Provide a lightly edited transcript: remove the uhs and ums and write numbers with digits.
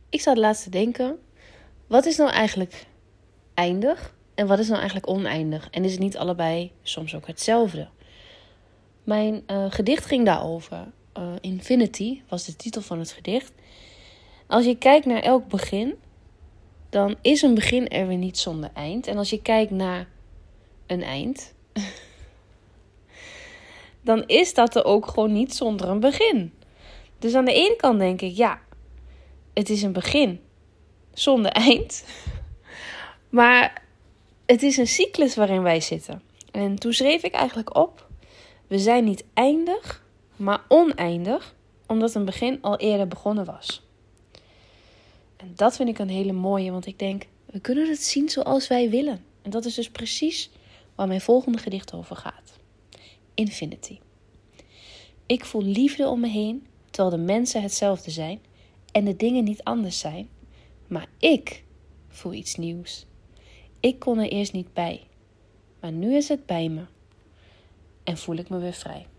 Ik zat laatst te denken, wat is nou eigenlijk eindig en wat is nou eigenlijk oneindig? En is het niet allebei soms ook hetzelfde? Mijn gedicht ging daarover. Infinity was de titel van het gedicht. Als je kijkt naar elk begin, dan is een begin er weer niet zonder eind. En als je kijkt naar een eind, dan is dat er ook gewoon niet zonder een begin. Dus aan de ene kant denk ik, ja, het is een begin zonder eind. Maar het is een cyclus waarin wij zitten. En toen schreef ik eigenlijk op, we zijn niet eindig, maar oneindig, omdat een begin al eerder begonnen was. En dat vind ik een hele mooie, want ik denk, we kunnen het zien zoals wij willen. En dat is dus precies waar mijn volgende gedicht over gaat. Infinity. Ik voel liefde om me heen, terwijl de mensen hetzelfde zijn en de dingen niet anders zijn. Maar ik voel iets nieuws. Ik kon er eerst niet bij, maar nu is het bij me en voel ik me weer vrij.